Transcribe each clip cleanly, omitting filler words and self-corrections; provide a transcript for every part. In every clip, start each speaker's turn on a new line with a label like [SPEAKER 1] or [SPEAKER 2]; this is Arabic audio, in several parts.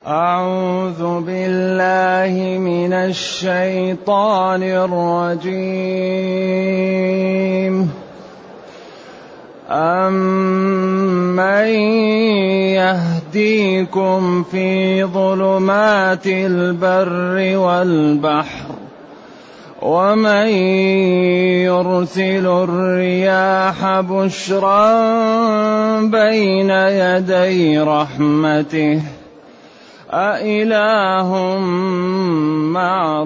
[SPEAKER 1] أعوذ بالله من الشيطان الرجيم. أَمَّن يهديكم في ظلمات البر والبحر ومن يرسل الرياح بشرا بين يدي رحمته أإله مع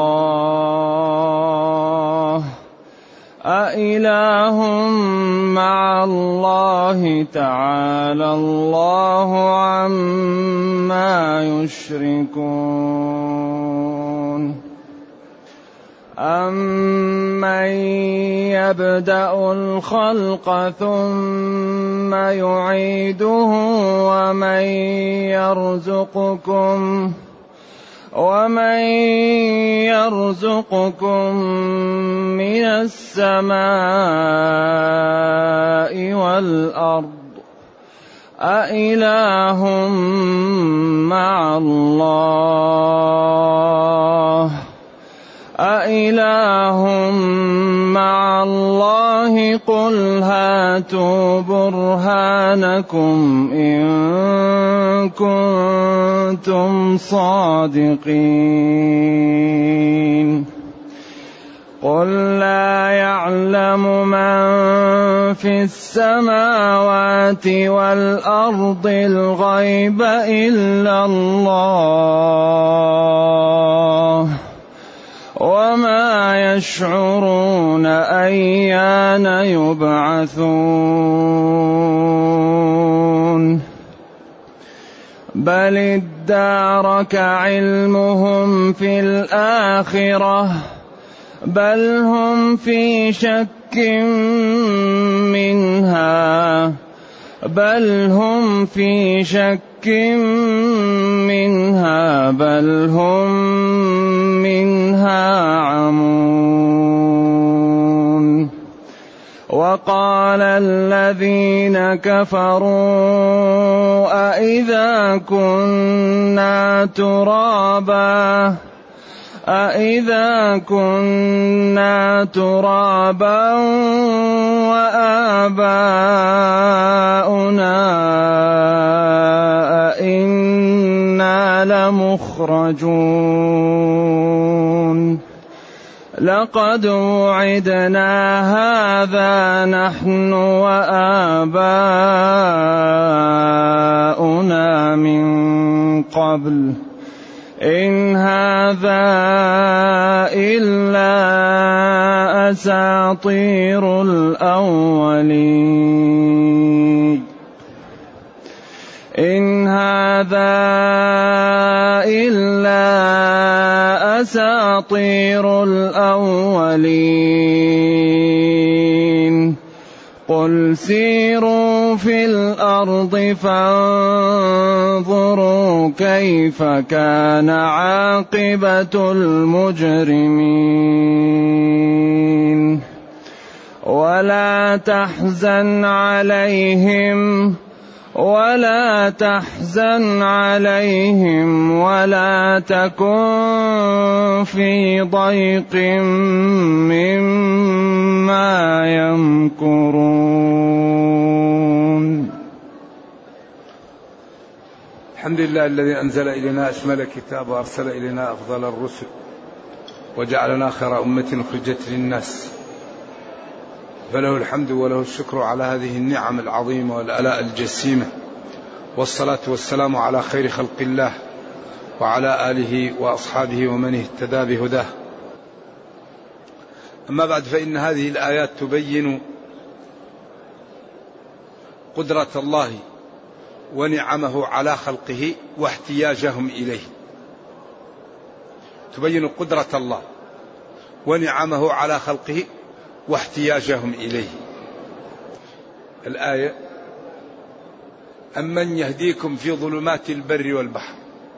[SPEAKER 1] الله تعالى الله عما يشركون. أَمَّن يبدأ الخلق ثم يعيده ومن يرزقكم من السماء والأرض أإله مع الله قل هاتوا برهانكم إن كنتم صادقين. قل لا يعلم من في السماوات والأرض الغيب إلا الله وما يشعرون أيان يبعثون. بل ادارك علمهم في الآخرة بل هم في شك منها بل هم منها عمون. وقال الذين كفروا أإذا كنا ترابا وآباؤنا أئنا لمخرجون. لقد وعدنا هذا نحن وآباؤنا من قبل إن هذا إلا أساطير الأولين. قل سيروا في الأرض فانظروا كيف كان عاقبة المجرمين. ولا تحزن عليهم ولا تكن في ضيق مما يمكرون.
[SPEAKER 2] الحمد لله الذي أنزل إلينا أشمل الكتاب وأرسل إلينا أفضل الرسل وجعلنا خير أمة أخرجت للناس، فله الحمد وله الشكر على هذه النعم العظيمة والآلاء الجسيمة، والصلاة والسلام على خير خلق الله وعلى آله وأصحابه ومن اهتدى بهداه. أما بعد، فإن هذه الآيات تبين قدرة الله ونعمه على خلقه واحتياجهم إليه. تبين قدرة الله ونعمه على خلقه واحتياجهم إليه. الآية: أمن يهديكم في ظلمات البر والبحر.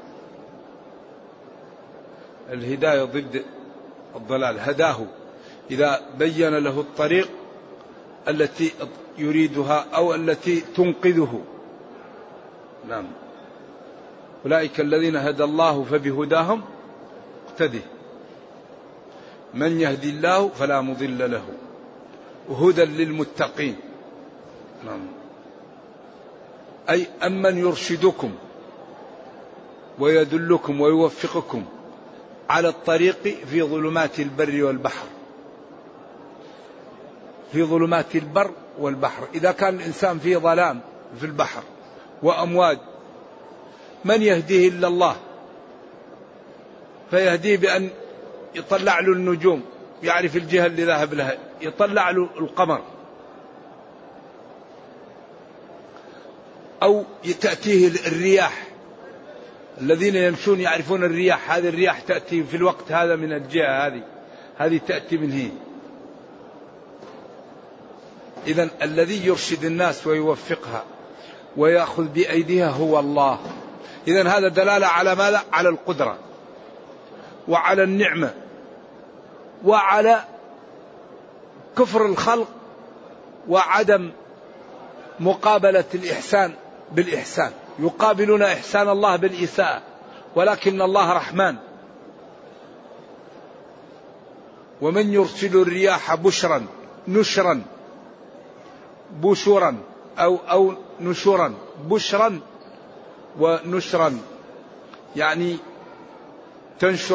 [SPEAKER 2] الهداية ضد الضلال، هداه إذا بين له الطريق التي يريدها أو التي تنقذه. نعم. أولئك الذين هدى الله فبهداهم اقتده من يهدي الله فلا مضل له وهدى للمتقين. أي أمن يرشدكم ويدلكم ويوفقكم على الطريق في ظلمات البر والبحر. في ظلمات البر والبحر، إذا كان الإنسان في ظلام في البحر وأمواج، من يهديه إلا الله، فيهديه بأن يطلع له النجوم، يعرف الجهة اللي ذهب لها، يطلع له القمر، أو تأتيه الرياح. الذين يمشون يعرفون الرياح، هذه الرياح تأتي في الوقت هذا من الجهة هذه تأتي من هنا. إذن الذي يرشد الناس ويوفقها ويأخذ بأيديها هو الله. إذن هذا دلالة على ماذا؟ على القدرة وعلى النعمة وعلى كفر الخلق وعدم مقابلة الإحسان بالإحسان. يقابلون إحسان الله بالإساءة، ولكن الله رحمن. ومن يرسل الرياح بشرا نشرا بشرا أو نشرا، بشرا ونشرا يعني تنشر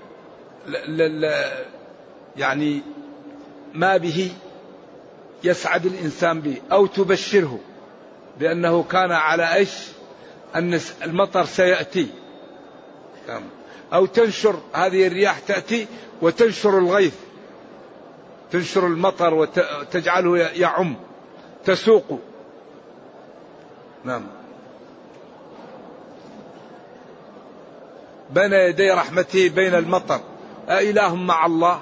[SPEAKER 2] يعني ما به يسعد الإنسان به، أو تبشره بأنه كان على إيش أن المطر سيأتي، أو تنشر هذه الرياح تأتي وتنشر الغيث، تنشر المطر وتجعله يعم، تسوق. نعم. بين يدي رحمته بين المطر. أإله مع الله؟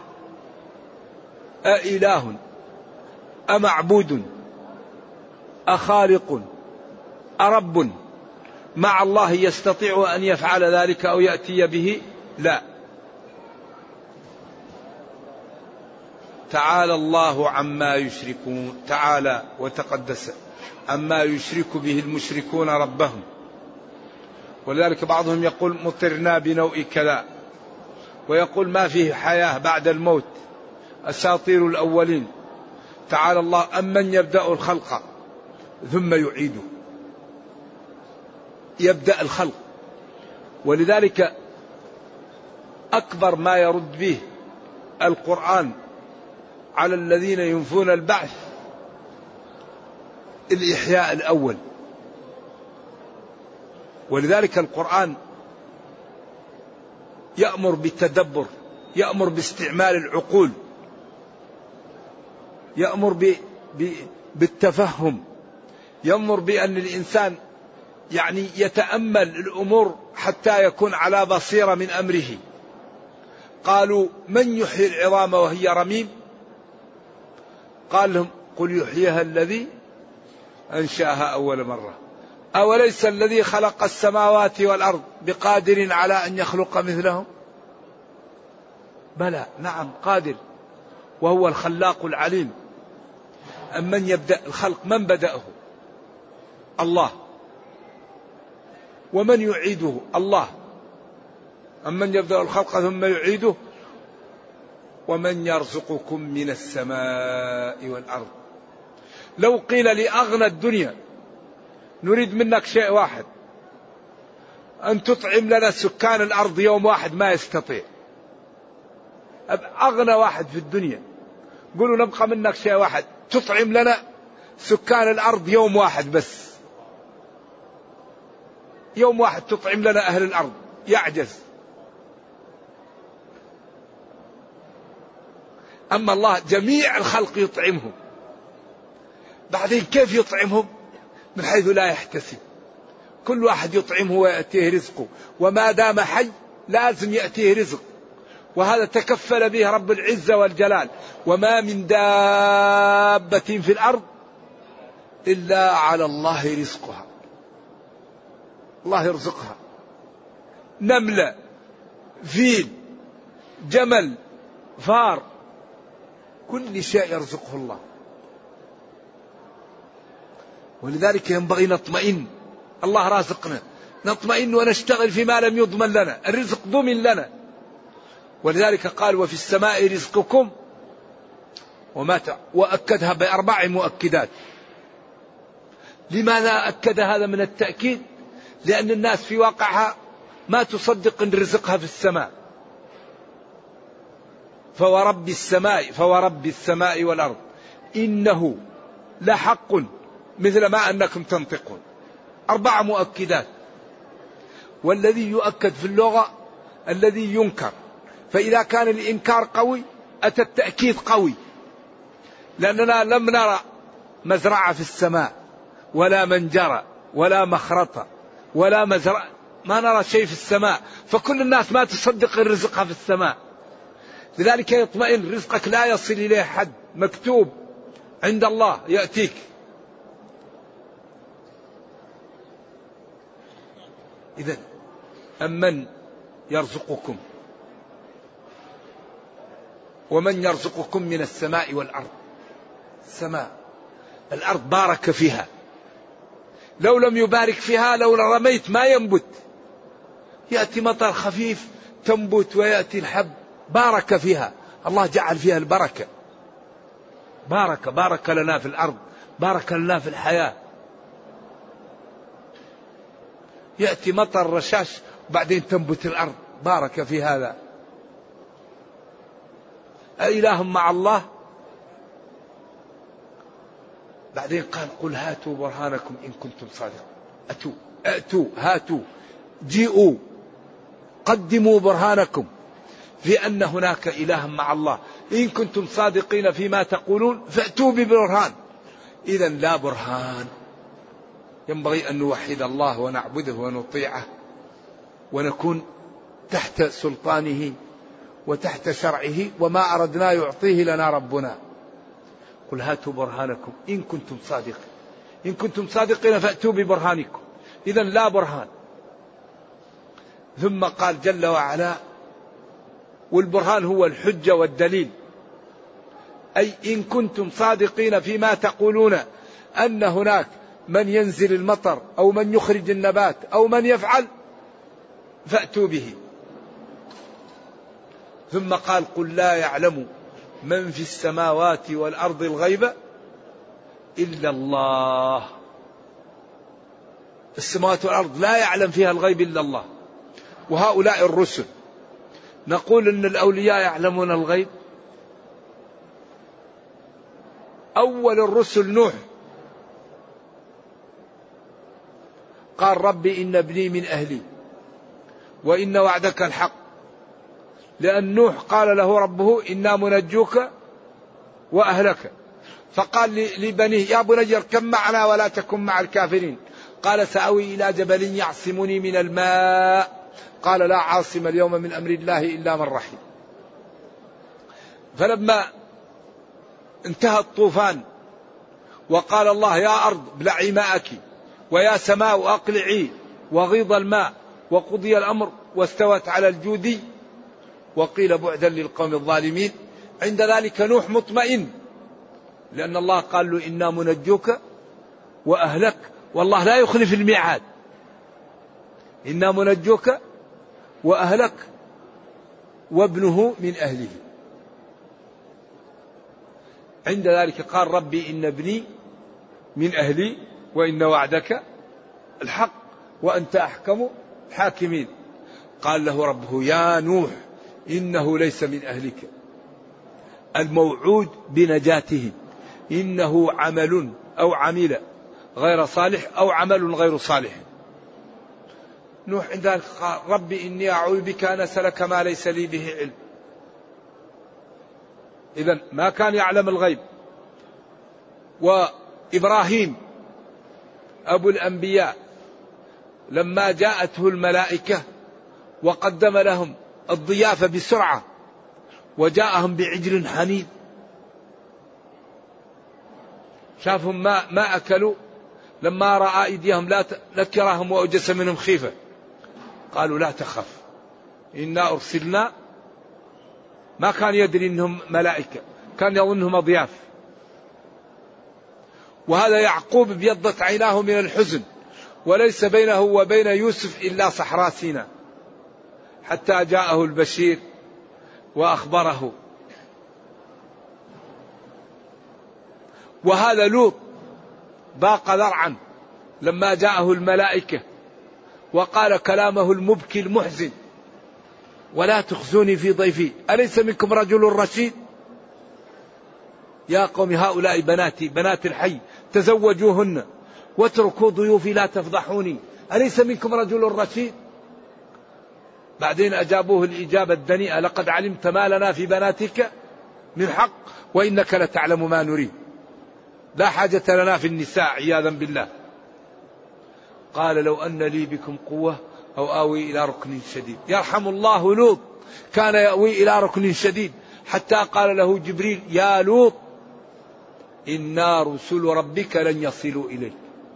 [SPEAKER 2] أإله أمعبود أخالق أرب مع الله يستطيع أن يفعل ذلك أو يأتي به؟ لا. تعالى الله عما يشركون، تعالى وتقدس عما يشرك به المشركون ربهم. ولذلك بعضهم يقول مطرنا بنوء كذا، ويقول ما فيه حياة بعد الموت، أساطير الأولين. تعالى الله أمن يبدأ الخلق ثم يعيده، يبدأ الخلق. ولذلك أكبر ما يرد به القرآن على الذين ينفون البعث الإحياء الأول. ولذلك القرآن يأمر بالتدبر، يأمر باستعمال العقول، يأمر بالتفهم، يأمر بأن الإنسان يعني يتأمل الأمور حتى يكون على بصيرة من أمره. قالوا من يحيي العظام وهي رميم؟ قال لهم قل يحييها الذي أنشأها أول مرة. أوليس الذي خلق السماوات والأرض بقادر على أن يخلق مثلهم؟ بلى نعم قادر، وهو الخلاق العليم. أمن يبدأ الخلق؟ من بدأه؟ الله. ومن يعيده؟ الله. أمن يبدأ الخلق ثم يعيده؟ ومن يرزقكم من السماء والأرض. لو قيل لأغنى الدنيا نريد منك شيء واحد، أن تطعم لنا سكان الأرض يوم واحد، ما يستطيع. أغنى واحد في الدنيا قولوا نبقى منك شيء واحد، تطعم لنا سكان الأرض يوم واحد بس، يوم واحد تطعم لنا أهل الأرض، يعجز. أما الله جميع الخلق يطعمهم. بعدين كيف يطعمهم؟ من حيث لا يحتسب. كل واحد يطعمه ويأتيه رزقه، وما دام حي لازم يأتيه رزق. وهذا تكفل به رب العزة والجلال. وما من دابة في الأرض إلا على الله رزقها، الله يرزقها. نملة، فيل، جمل، فار، كل شيء يرزقه الله. ولذلك ينبغي نطمئن، الله رازقنا، نطمئن ونشتغل فيما لم يضمن لنا، الرزق ضمن لنا. ولذلك قال وفي السماء رزقكم وأكدها ب4 مؤكدات. لماذا أكد هذا من التأكيد؟ لأن الناس في واقعها ما تصدق أن رزقها في السماء. فورب السماء والأرض إنه لحق مثل ما أنكم تنطقون. 4 مؤكدات. والذي يؤكد في اللغة الذي ينكر، فإذا كان الإنكار قوي أتى التأكيد قوي، لأننا لم نرى مزرعة في السماء ولا منجرة ولا مخرطة ولا مزرعة، ما نرى شيء في السماء، فكل الناس ما تصدق رزقها في السماء. لذلك يطمئن، رزقك لا يصل إليه حد، مكتوب عند الله يأتيك. إذن أمن يرزقكم ومن يرزقكم من السماء والأرض. السماء الأرض بارك فيها، لو لم يبارك فيها لو رميت ما ينبت، يأتي مطر خفيف تنبت ويأتي الحب، بارك فيها، الله جعل فيها البركة. بارك لنا في الأرض، بارك لنا في الحياة. يأتي مطر رشاش وبعدين تنبت الأرض، بارك في هذا. أإله مع الله؟ بعدين قال قل هاتوا برهانكم إن كنتم صادقين. أتوا هاتوا جيئوا قدموا برهانكم في أن هناك إله مع الله، إن كنتم صادقين فيما تقولون فأتوا ببرهان. إذا لا برهان، ينبغي أن نوحد الله ونعبده ونطيعه ونكون تحت سلطانه وتحت شرعه، وما أردنا يعطيه لنا ربنا. قل هاتوا برهانكم إن كنتم صادقين، إن كنتم صادقين فأتوا ببرهانكم. إذا لا برهان. ثم قال جل وعلا والبرهان هو الحجة والدليل، أي إن كنتم صادقين فيما تقولون أن هناك من ينزل المطر أو من يخرج النبات أو من يفعل، فأتوا به. ثم قال قل لا يعلم من في السماوات والأرض الغيب إلا الله. السماوات والأرض لا يعلم فيها الغيب إلا الله. وهؤلاء الرسل نقول إن الأولياء يعلمون الغيب. أول الرسل نوح قال ربي إن ابني من أهلي وإن وعدك الحق، لأن نوح قال له ربه إنا منجوك وأهلك، فقال لبنيه يا بني اركب معنا ولا تكن مع الكافرين، قال سأوي إلى جبل يعصمني من الماء، قال لا عاصم اليوم من أمر الله إلا من رحم. فلما انتهى الطوفان وقال الله يا أرض ابلعي ماءك ويا سماء أقلعي وغيض الماء وقضي الأمر واستوت على الجودي وقيل بعدا للقوم الظالمين، عند ذلك نوح مطمئن، لأن الله قال له إنا منجوك وأهلك، والله لا يخلف الميعاد، إنا منجوك وأهلك وابنه من أهله. عند ذلك قال ربي إن ابني من أهلي وإن وعدك الحق وأنت أحكم الحاكمين. قال له ربه يا نوح إنه ليس من أهلك الموعود بنجاته، إنه عمل أو عمل غير صالح أو عمل غير صالح. نوح عند ذلك قال ربي إني أعوذ بك أن أسألك ما ليس لي به علم. إذن ما كان يعلم الغيب. وإبراهيم أبو الأنبياء لما جاءته الملائكة وقدم لهم الضيافة بسرعة وجاءهم بعجل حنيذ، شافهم ما أكلوا، لما رأى أيديهم لا نكرهم وأوجس منهم خيفة، قالوا لا تخف إنا أرسلنا. ما كان يدري أنهم ملائكة، كان يظنهم أضياف. وهذا يعقوب بيضت عيناه من الحزن وليس بينه وبين يوسف إلا صحراء سيناء، حتى جاءه البشير وأخبره. وهذا لوط ضاق ذرعا لما جاءه الملائكة وقال كلامه المبكي المحزن: ولا تخزوني في ضيفي أليس منكم رجل رشيد. يا قوم هؤلاء بناتي بنات الحي تزوجوهن واتركوا ضيوفي لا تفضحوني أليس منكم رجل رشيد. بعدين أجابوه الإجابة الدنيئة: لقد علمت ما لنا في بناتك من حق وإنك لتعلم ما نريد، لا حاجة لنا في النساء عياذا بالله. قال: لو أن لي بكم قوة أو آوي إلى ركن شديد. يرحم الله لوط، كان يأوي إلى ركن شديد حتى قال له جبريل: يا لوط إنا رسل ربك لن يصلوا إليك.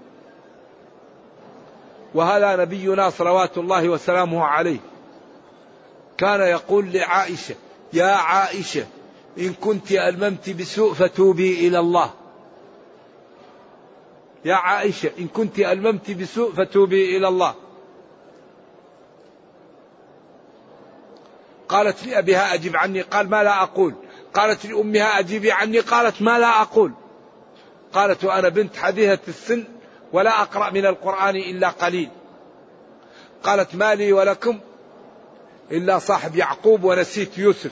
[SPEAKER 2] وهذا نبينا صلوات الله وسلامه عليه كان يقول لعائشة: يا عائشة إن كنت ألممت بسوء فتوبي إلى الله. يا عائشة إن كنت ألممت بسوء فتوبي إلى الله. قالت لأبيها: أجب عني. قال: ما لا أقول. قالت لأمها: أجيبي عني. قالت: ما لا أقول. قالت: وأنا بنت حديثة السن ولا أقرأ من القرآن إلا قليل. قالت: ما لي ولكم إلا صاحب يعقوب ونسيت يوسف،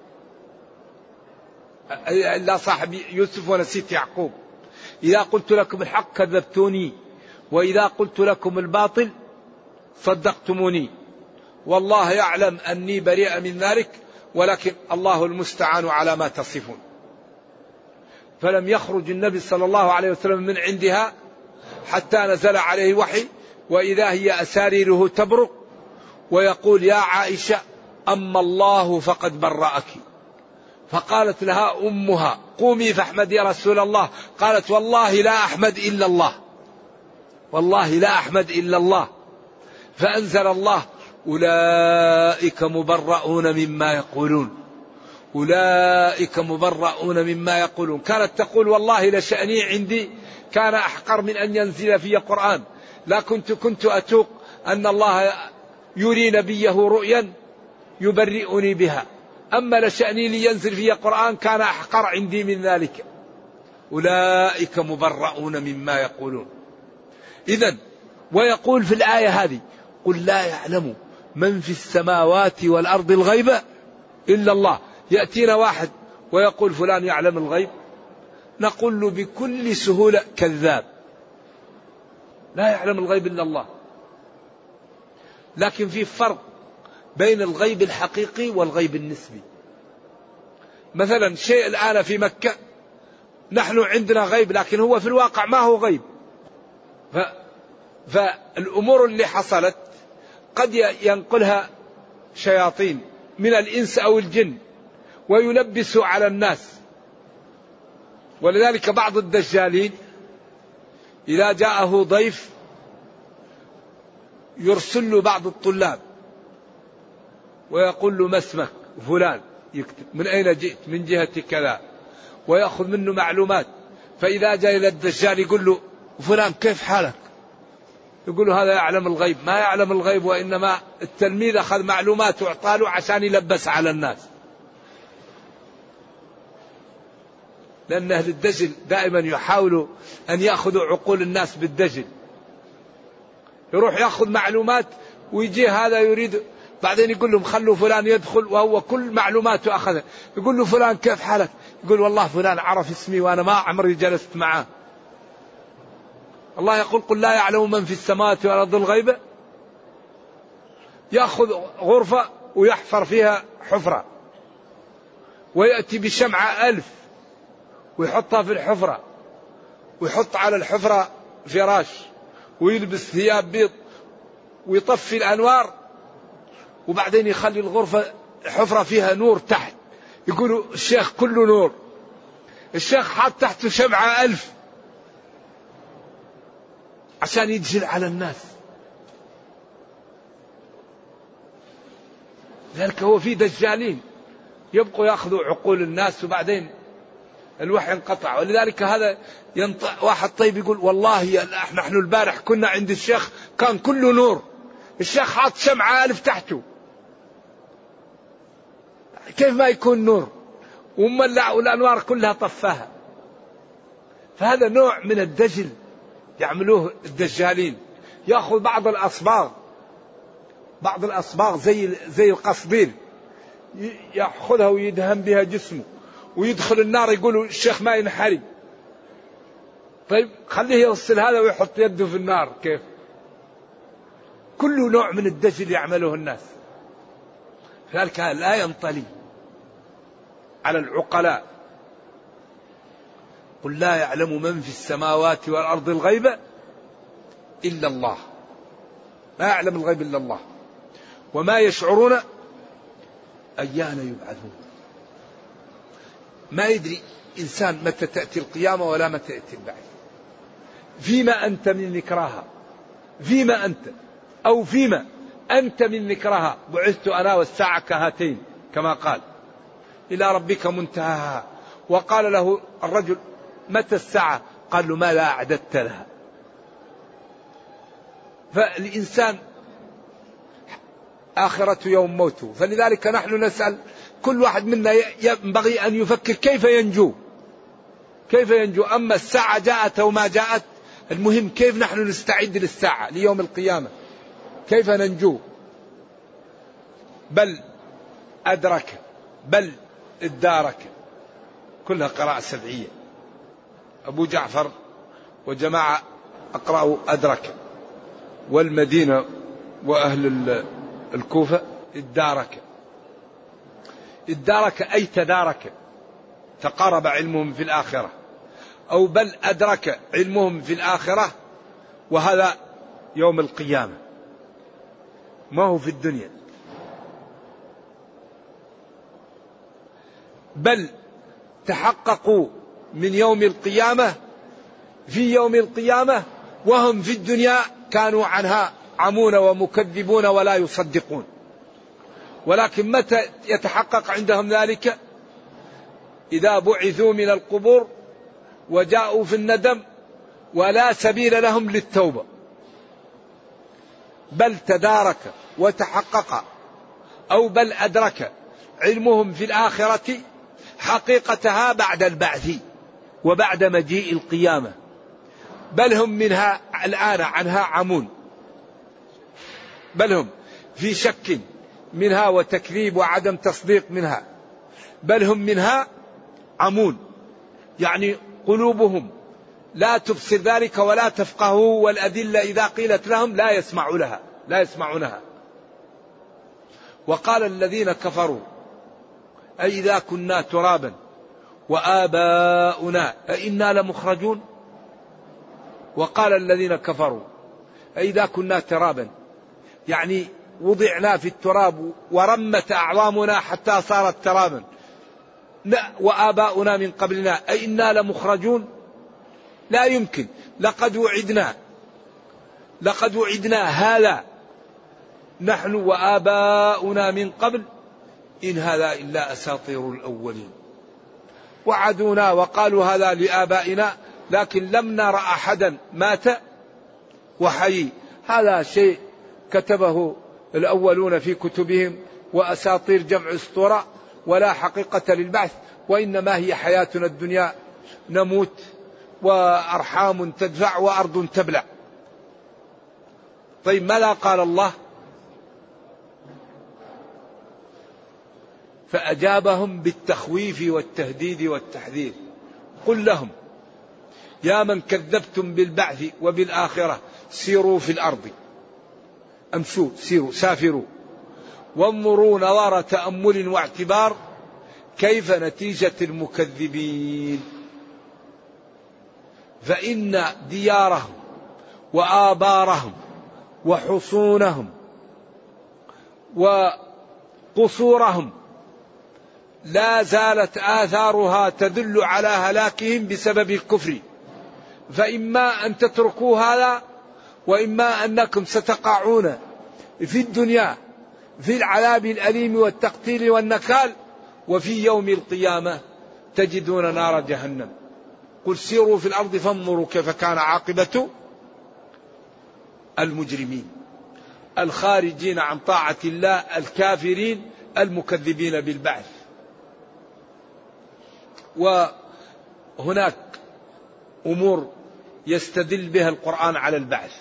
[SPEAKER 2] إلا صاحب يوسف ونسيت يعقوب. إذا قلت لكم الحق كذبتوني وإذا قلت لكم الباطل صدقتموني، والله يعلم أني بريء من ذلك ولكن الله المستعان على ما تصفون. فلم يخرج النبي صلى الله عليه وسلم من عندها حتى نزل عليه وحي، وإذا هي أساريره تبرق ويقول: يا عائشة أما الله فقد برأك. فقالت لها أمها: قومي فاحمدي رسول الله. قالت: والله لا أحمد إلا الله، والله لا أحمد إلا الله. فأنزل الله: أولئك مبرؤون مما يقولون، أولئك مبرؤون مما يقولون. كانت تقول: والله لشأني عندي كان أحقر من أن ينزل في قرآن، لا كنت أتوق أن الله يري نبيه رؤيا يبرئني بها، أما لشأني لينزل في قرآن كان أحقر عندي من ذلك. أولئك مبرؤون مما يقولون. إذن ويقول في الآية هذه: قل لا يعلم من في السماوات والأرض الغيب إلا الله. يأتينا واحد ويقول فلان يعلم الغيب، نقول له بكل سهولة: كذاب، لا يعلم الغيب إلا الله. لكن في فرق بين الغيب الحقيقي والغيب النسبي. مثلا شيء الآن في مكة نحن عندنا غيب لكن هو في الواقع ما هو غيب. فالأمور اللي حصلت قد ينقلها شياطين من الإنس أو الجن ويلبسوا على الناس. ولذلك بعض الدجالين إذا جاءه ضيف يرسل له بعض الطلاب ويقول له: ما اسمك؟ فلان. يكتب: من أين جئت؟ من جهة كذا، ويأخذ منه معلومات. فإذا جاء إلى الدجال يقول له: فلان كيف حالك؟ يقول له: هذا يعلم الغيب. ما يعلم الغيب، وإنما التلميذ أخذ معلومات وأعطاله عشان يلبس على الناس. لأن أهل الدجل دائما يحاولوا أن يأخذوا عقول الناس بالدجل. يروح يأخذ معلومات ويجي هذا يريد، بعدين يقول لهم: خلوا فلان يدخل وهو كل معلوماته أخذها. يقول له: فلان كيف حالك؟ يقول: والله فلان عرف اسمي وأنا ما عمري جلست معه. الله يقول: قل لا يعلم من في السماوات والأرض الغيب. يأخذ غرفة ويحفر فيها حفرة ويأتي بشمعة 1000 ويحطها في الحفرة ويحط على الحفرة فراش ويلبس ثياب بيض ويطفي الأنوار، وبعدين يخلي الغرفة حفرة فيها نور تحت. يقولوا: الشيخ كله نور. الشيخ حاط تحته شمعة 1000 عشان يدجل على الناس. ذلك هو في دجالين يبقوا يأخذوا عقول الناس وبعدين الوحي انقطع. ولذلك هذا واحد طيب يقول والله نحن البارح كنا عند الشيخ كان كله نور، الشيخ حاط شمعة ألف تحته، كيف ما يكون نور ومولع والأنوار كلها طفاها؟ فهذا نوع من الدجل يعملوه الدجالين. يأخذ بعض الأصباغ زي القصدير، يأخذها ويدهن بها جسمه ويدخل النار، يقولوا الشيخ ما ينحرق. طيب خليه يوصل هذا ويحط يده في النار، كيف؟ كل نوع من الدجل يعمله الناس. ذلك لا ينطلي على العقلاء. قل لا يعلم من في السماوات والأرض الغيب إلا الله، ما يعلم الغيب إلا الله، وما يشعرون أيان يبعثون. ما يدري إنسان متى تأتي القيامة ولا متى يأتي البعث. فيما أنت من ذكراها، فيما أنت أو فيما أنت من ذكراها، بعثت أنا والساعة كهاتين كما قال، إلى ربك منتهاها. وقال له الرجل متى الساعة؟ قال له ما لا أعددت لها. فالإنسان آخرة يوم موته. فلذلك نحن نسأل كل واحد منا ينبغي أن يفكر كيف ينجو، كيف ينجو. أما الساعة جاءت أو ما جاءت، المهم كيف نحن نستعد للساعة ليوم القيامة، كيف ننجو. بل أدرك، بل ادارك، كلها قراءة سبعية. أبو جعفر وجماعة أقرأوا أدرك، والمدينة وأهل الكوفة ادارك. ادارك أي تدارك، تقارب علمهم في الآخرة، أو بل أدرك علمهم في الآخرة، وهذا يوم القيامة ما هو في الدنيا. بل تحققوا من يوم القيامة في يوم القيامة، وهم في الدنيا كانوا عنها عمون ومكذبون ولا يصدقون. ولكن متى يتحقق عندهم ذلك؟ إذا بعثوا من القبور وجاءوا في الندم ولا سبيل لهم للتوبة. بل تدارك وتحقق، أو بل أدرك علمهم في الآخرة حقيقتها بعد البعث وبعد مجيء القيامة. بل هم منها الآن عنها عمون، بل هم في شك منها وتكذيب وعدم تصديق منها. بل هم منها عمون، يعني قلوبهم لا تبصر ذلك ولا تفقهوا، والأدلة إذا قيلت لهم لا يسمعونها. وقال الذين كفروا أئذا كنا ترابا وآباؤنا أئنا لمخرجون. وقال الذين كفروا أئذا كنا ترابا، يعني وضعنا في التراب ورمت أعظامنا حتى صارت ترابا، وآباؤنا من قبلنا أئنا لمخرجون. لا يمكن، لقد وعدنا هذا نحن وآباؤنا من قبل، إن هذا إلا أساطير الأولين. وعدونا وقالوا هذا لآبائنا، لكن لم نرى أحدا مات وحي. هذا شيء كتبه الأولون في كتبهم، وأساطير جمع اسطورة، ولا حقيقة للبعث، وإنما هي حياتنا الدنيا نموت وأرحام تدفع وأرض تبلع. طيب ماذا قال الله؟ فأجابهم بالتخويف والتهديد والتحذير. قل لهم يا من كذبتم بالبعث وبالآخرة سيروا في الأرض، أمشوا، سيروا، سافروا، وانظروا نظر تأمل واعتبار كيف نتيجة المكذبين. فإن ديارهم وآبارهم وحصونهم وقصورهم لا زالت آثارها تدل على هلاكهم بسبب الكفر. فإما أن تتركوا هذا، وإما أنكم ستقعون في الدنيا في العذاب الأليم والتقتيل والنكال، وفي يوم القيامة تجدون نار جهنم. قل سيروا في الأرض فانظروا كيف كان عاقبة المجرمين الخارجين عن طاعة الله الكافرين المكذبين بالبعث. وهناك أمور يستدل بها القرآن على البعث.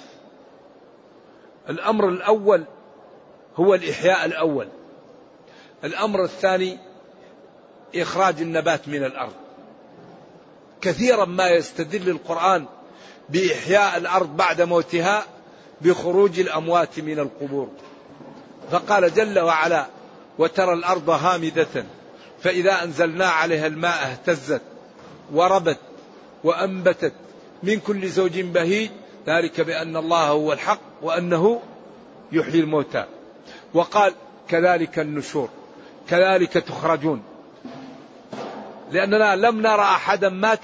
[SPEAKER 2] الأمر الأول هو الإحياء الأول. الأمر الثاني إخراج النبات من الأرض. كثيرا ما يستدل القرآن بإحياء الأرض بعد موتها بخروج الأموات من القبور. فقال جل وعلا: وترى الأرض هامدة فإذا أنزلنا عليها الماء اهتزت وربت وأنبتت من كل زوج بهيج ذلك بأن الله هو الحق وأنه يحيي الموتى. وقال: كذلك النشور كذلك تخرجون. لأننا لم نرى أحدا مات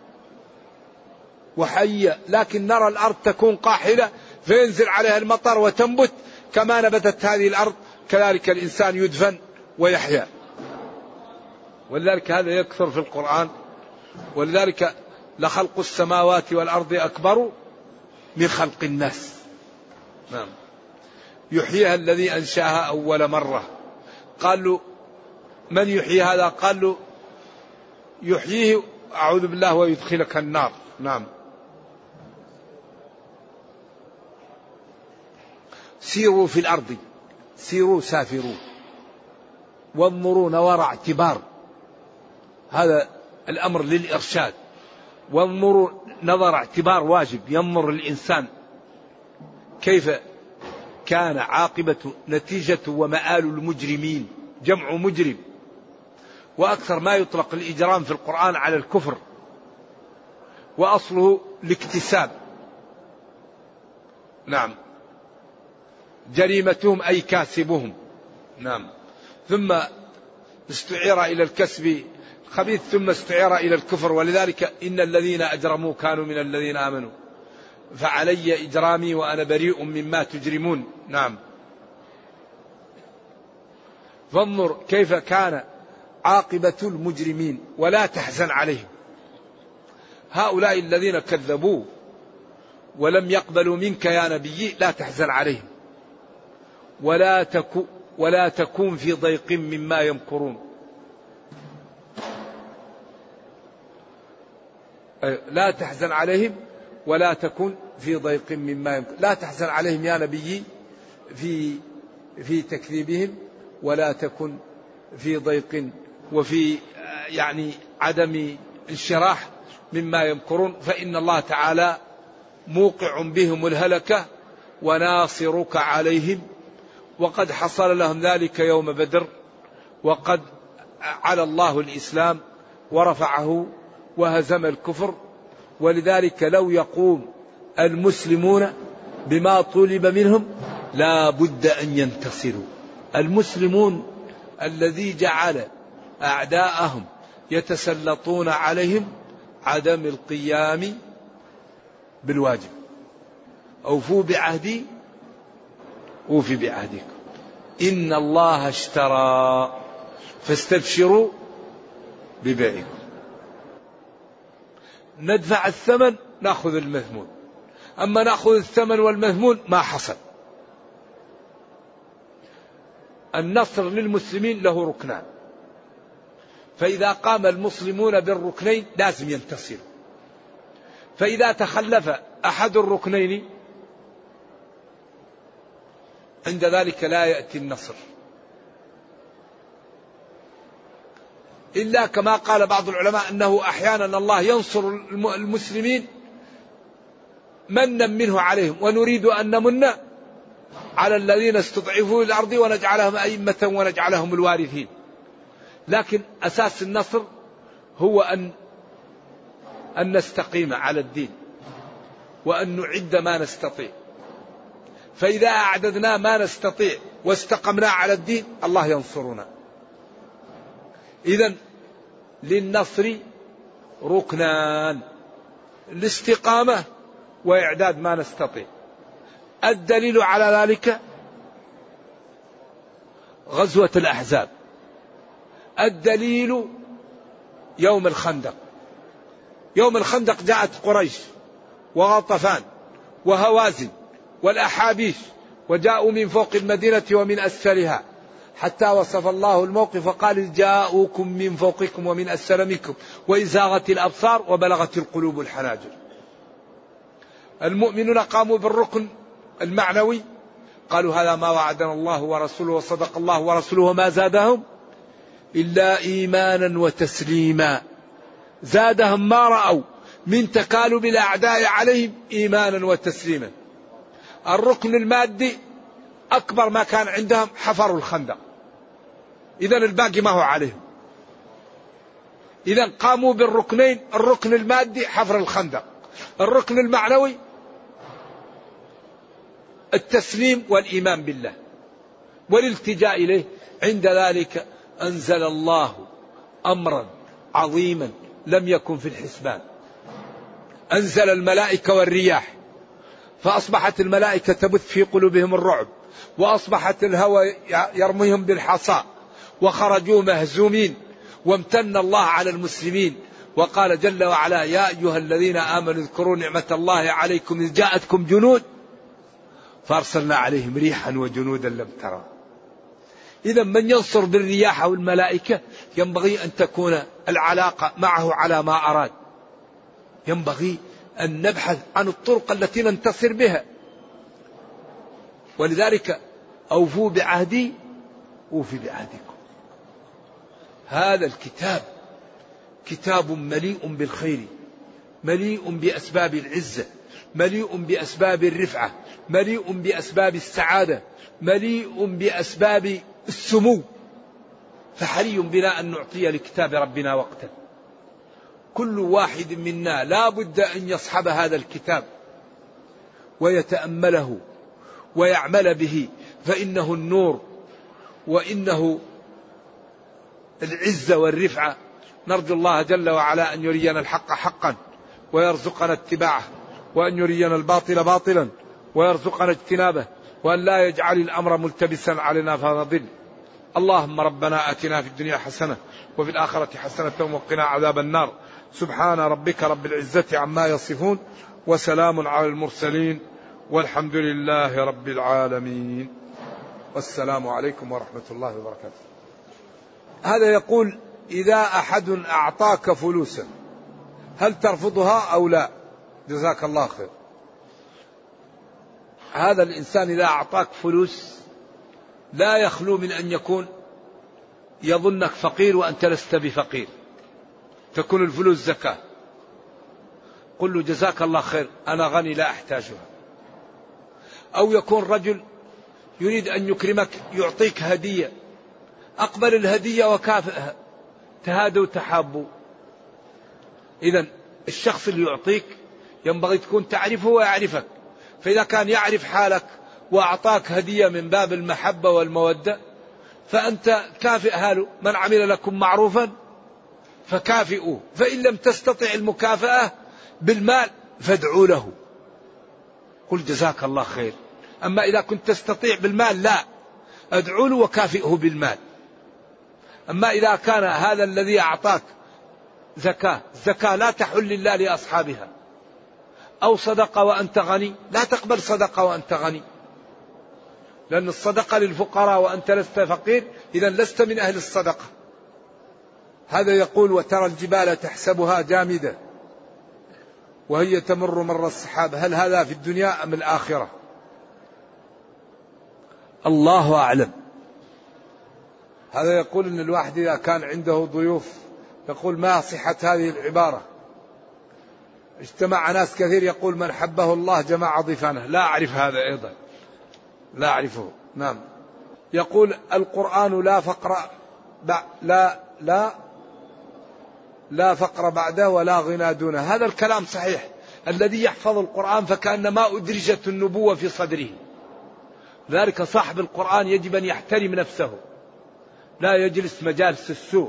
[SPEAKER 2] وحي، لكن نرى الأرض تكون قاحلة فينزل عليها المطر وتنبت كما نبتت هذه الأرض، كذلك الإنسان يدفن ويحيا. ولذلك هذا يكثر في القرآن. ولذلك لخلق السماوات والأرض أكبر من خلق الناس. نعم. يحييها الذي أنشأها أول مرة. قالوا: من يحيي هذا؟ قالوا: يحييه أعوذ بالله ويدخلك النار. نعم. سيروا في الأرض، سيروا سافروا، وانظروا نظر اعتبار، هذا الأمر للإرشاد. وانظروا نظر اعتبار واجب، ينظر الإنسان كيف كان عاقبة نتيجة ومآل المجرمين. جمع مجرم. وأكثر ما يطلق الإجرام في القرآن على الكفر، وأصله الاكتساب. نعم. جريمتهم أي كاسبهم. نعم. ثم استعير إلى الكسب خبيث، ثم استعير إلى الكفر. ولذلك إن الذين أجرموا كانوا من الذين آمنوا فعلي إجرامي وأنا بريء مما تجرمون. نعم. فانظر كيف كان عاقبة المجرمين ولا تحزن عليهم. هؤلاء الذين كذبوا ولم يقبلوا منك يا نبي لا تحزن عليهم ولا تكون في ضيق مما يمكرون. لا تحزن عليهم ولا تكن في ضيق مما يمكرون. لا تحزن عليهم يا نبي في تكذيبهم، ولا تكن في ضيق وفي عدم انشراح مما يمكرون، فإن الله تعالى موقع بهم الهلكة وناصرك عليهم، وقد حصل لهم ذلك يوم بدر، وقد على الله الإسلام ورفعه وهزم الكفر. ولذلك لو يقوم المسلمون بما طلب منهم لا بد أن ينتصروا. المسلمون الذي جعل أعداءهم يتسلطون عليهم عدم القيام بالواجب. أوفوا بعهدي أوفي بعهدكم إن الله اشترى فاستبشروا ببيعكم. ندفع الثمن نأخذ المثمون، أما نأخذ الثمن والمثمون ما حصل. النصر للمسلمين له ركنان، فإذا قام المسلمون بالركنين لازم ينتصروا. فإذا تخلف أحد الركنين عند ذلك لا يأتي النصر، إلا كما قال بعض العلماء أنه أحيانا الله ينصر المسلمين منا منه عليهم، ونريد أن نمن على الذين استضعفوا في الأرض ونجعلهم أئمة ونجعلهم الوارثين. لكن أساس النصر هو أن نستقيم على الدين وأن نعد ما نستطيع. فإذا أعددنا ما نستطيع واستقمنا على الدين الله ينصرنا. إذن للنصر ركنان: الاستقامة وإعداد ما نستطيع. الدليل على ذلك غزوة الأحزاب. الدليل يوم الخندق. يوم الخندق جاءت قريش وغطفان وهوازن والأحابيش وجاءوا من فوق المدينة ومن أسفلها، حتى وصف الله الموقف وقال جاءوكم من فوقكم ومن أسفل منكم وإذ زاغت الأبصار وبلغت القلوب الحناجر. المؤمنون قاموا بالركن المعنوي، قالوا هذا ما وعدنا الله ورسوله وصدق الله ورسوله وما زادهم إلا إيمانا وتسليما. زادهم ما رأوا من تكالب الأعداء عليهم إيمانا وتسليما. الركن المادي أكبر ما كان عندهم حفروا الخندق، إذن الباقي ما هو عليهم. إذن قاموا بالركنين، الركن المادي حفر الخندق، الركن المعنوي التسليم والإيمان بالله والالتجاء إليه. عند ذلك أنزل الله أمرا عظيما لم يكن في الحسبان، أنزل الملائكة والرياح، فأصبحت الملائكة تبث في قلوبهم الرعب، وأصبحت الهوى يرميهم بالحصى، وخرجوا مهزومين، وامتن الله على المسلمين وقال جل وعلا يا أيها الذين آمنوا اذكروا نعمة الله عليكم إذ جاءتكم جنود فأرسلنا عليهم ريحا وجنودا لم ترى. إذا من ينصر بالرياح أو الملائكة ينبغي أن تكون العلاقة معه على ما أراد. ينبغي أن نبحث عن الطرق التي ننتصر بها. ولذلك أوفوا بعهدي أوفي بعهدكم. هذا الكتاب كتاب مليء بالخير، مليء بأسباب العزة، مليء بأسباب الرفعة، مليء بأسباب السعادة، مليء بأسباب السمو. فحري بنا أن نعطي لكتاب ربنا وقتا. كل واحد منا لا بد أن يصحب هذا الكتاب ويتأمله ويعمل به، فإنه النور وإنه العزة والرفعة. نرجو الله جل وعلا أن يرينا الحق حقا ويرزقنا اتباعه، وأن يرينا الباطل باطلا ويرزقنا اجتنابه، وأن لا يجعل الأمر ملتبسا علينا فنضل. اللهم ربنا آتنا في الدنيا حسنة وفي الآخرة حسنة وقنا عذاب النار. سبحان ربك رب العزة عما يصفون وسلام على المرسلين والحمد لله رب العالمين. والسلام عليكم ورحمة الله وبركاته. هذا يقول إذا أحد أعطاك فلوسا هل ترفضها أو لا؟ جزاك الله خير. هذا الإنسان إذا أعطاك فلوس لا يخلو من أن يكون يظنك فقير وأنت لست بفقير، تكون الفلوس زكاة، قل له جزاك الله خير أنا غني لا أحتاجها. أو يكون رجل يريد أن يكرمك يعطيك هدية، أقبل الهدية وكافئها، تهادوا تحابوا. إذن الشخص اللي يعطيك ينبغي تكون تعرفه ويعرفك، فإذا كان يعرف حالك وأعطاك هدية من باب المحبة والمودة فأنت كافئها له. من عمل لكم معروفا فكافئوه، فإن لم تستطع المكافأة بالمال فادعوا له، قل جزاك الله خير. أما إذا كنت تستطيع بالمال لا، ادعوا له وكافئه بالمال. أما إذا كان هذا الذي أعطاك زكاة، الزكاة لا تحل إلا لأصحابها، أو صدقة وأنت غني، لا تقبل صدقة وأنت غني، لأن الصدقة للفقراء وأنت لست فقير، إذا لست من أهل الصدقة. هذا يقول وترى الجبال تحسبها جامدة وهي تمر مر السحاب، هل هذا في الدنيا أم الآخرة؟ الله أعلم. هذا يقول أن الواحد إذا كان عنده ضيوف يقول ما صحة هذه العبارة؟ اجتمع ناس كثير يقول من حبه الله جمع ضيفانه، لا أعرف هذا أيضا، لا أعرفه. نعم. يقول القرآن لا فقر لا فقر بعده ولا غنى دونه. هذا الكلام صحيح. الذي يحفظ القرآن فكأنما أدرجت النبوة في صدره. ذلك صاحب القرآن يجب أن يحترم نفسه، لا يجلس مجالس السوء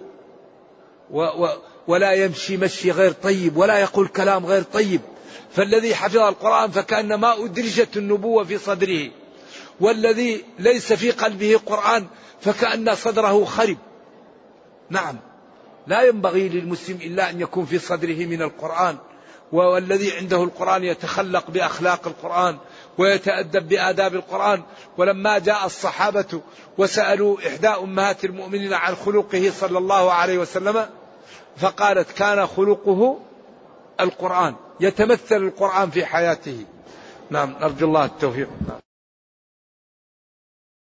[SPEAKER 2] ولا يمشي مشي غير طيب ولا يقول كلام غير طيب. فالذي حفظ القرآن فكأنما أدرجت النبوة في صدره، والذي ليس في قلبه قرآن فكأن صدره خرب. نعم. لا ينبغي للمسلم إلا أن يكون في صدره من القرآن، والذي عنده القرآن يتخلق بأخلاق القرآن ويتأدب بآداب القرآن. ولما جاء الصحابة وسألوا إحدى أمهات المؤمنين عن خلقه صلى الله عليه وسلم فقالت كان خلقه القرآن، يتمثل القرآن في حياته. نعم، نرجو الله التوفيق.